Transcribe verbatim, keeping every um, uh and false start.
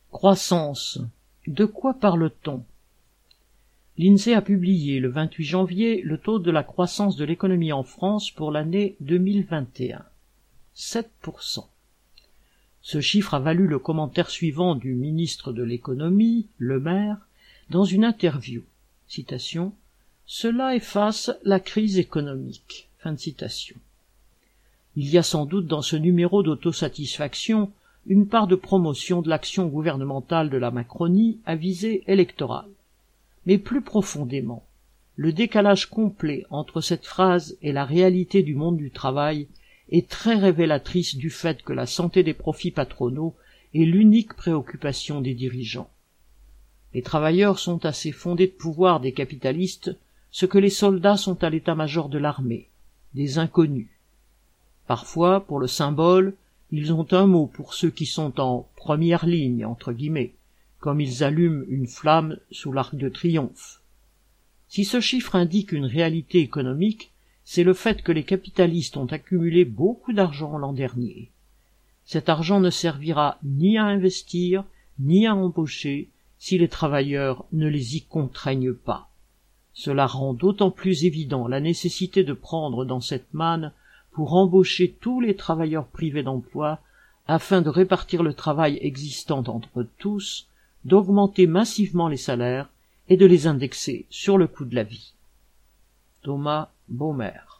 Croissance. De quoi parle-t-on? L'INSEE a publié le vingt-huit janvier le taux de la croissance de l'économie en France pour l'année deux mille vingt et un. sept pour cent. Ce chiffre a valu le commentaire suivant du ministre de l'économie, Le Maire, dans une interview. Citation. « Cela efface la crise économique. » Fin de citation. Il y a sans doute dans ce numéro d'autosatisfaction une part de promotion de l'action gouvernementale de la Macronie à visée électorale. Mais plus profondément, le décalage complet entre cette phrase et la réalité du monde du travail est très révélatrice du fait que la santé des profits patronaux est l'unique préoccupation des dirigeants. Les travailleurs sont à ces fondés de pouvoir des capitalistes ce que les soldats sont à l'état-major de l'armée, des inconnus. Parfois, pour le symbole, ils ont un mot pour ceux qui sont en première ligne, entre guillemets, comme ils allument une flamme sous l'arc de triomphe. Si ce chiffre indique une réalité économique, c'est le fait que les capitalistes ont accumulé beaucoup d'argent l'an dernier. Cet argent ne servira ni à investir, ni à embaucher, si les travailleurs ne les y contraignent pas. Cela rend d'autant plus évident la nécessité de prendre dans cette manne pour embaucher tous les travailleurs privés d'emploi, afin de répartir le travail existant entre tous, d'augmenter massivement les salaires et de les indexer sur le coût de la vie. Thomas Baumer.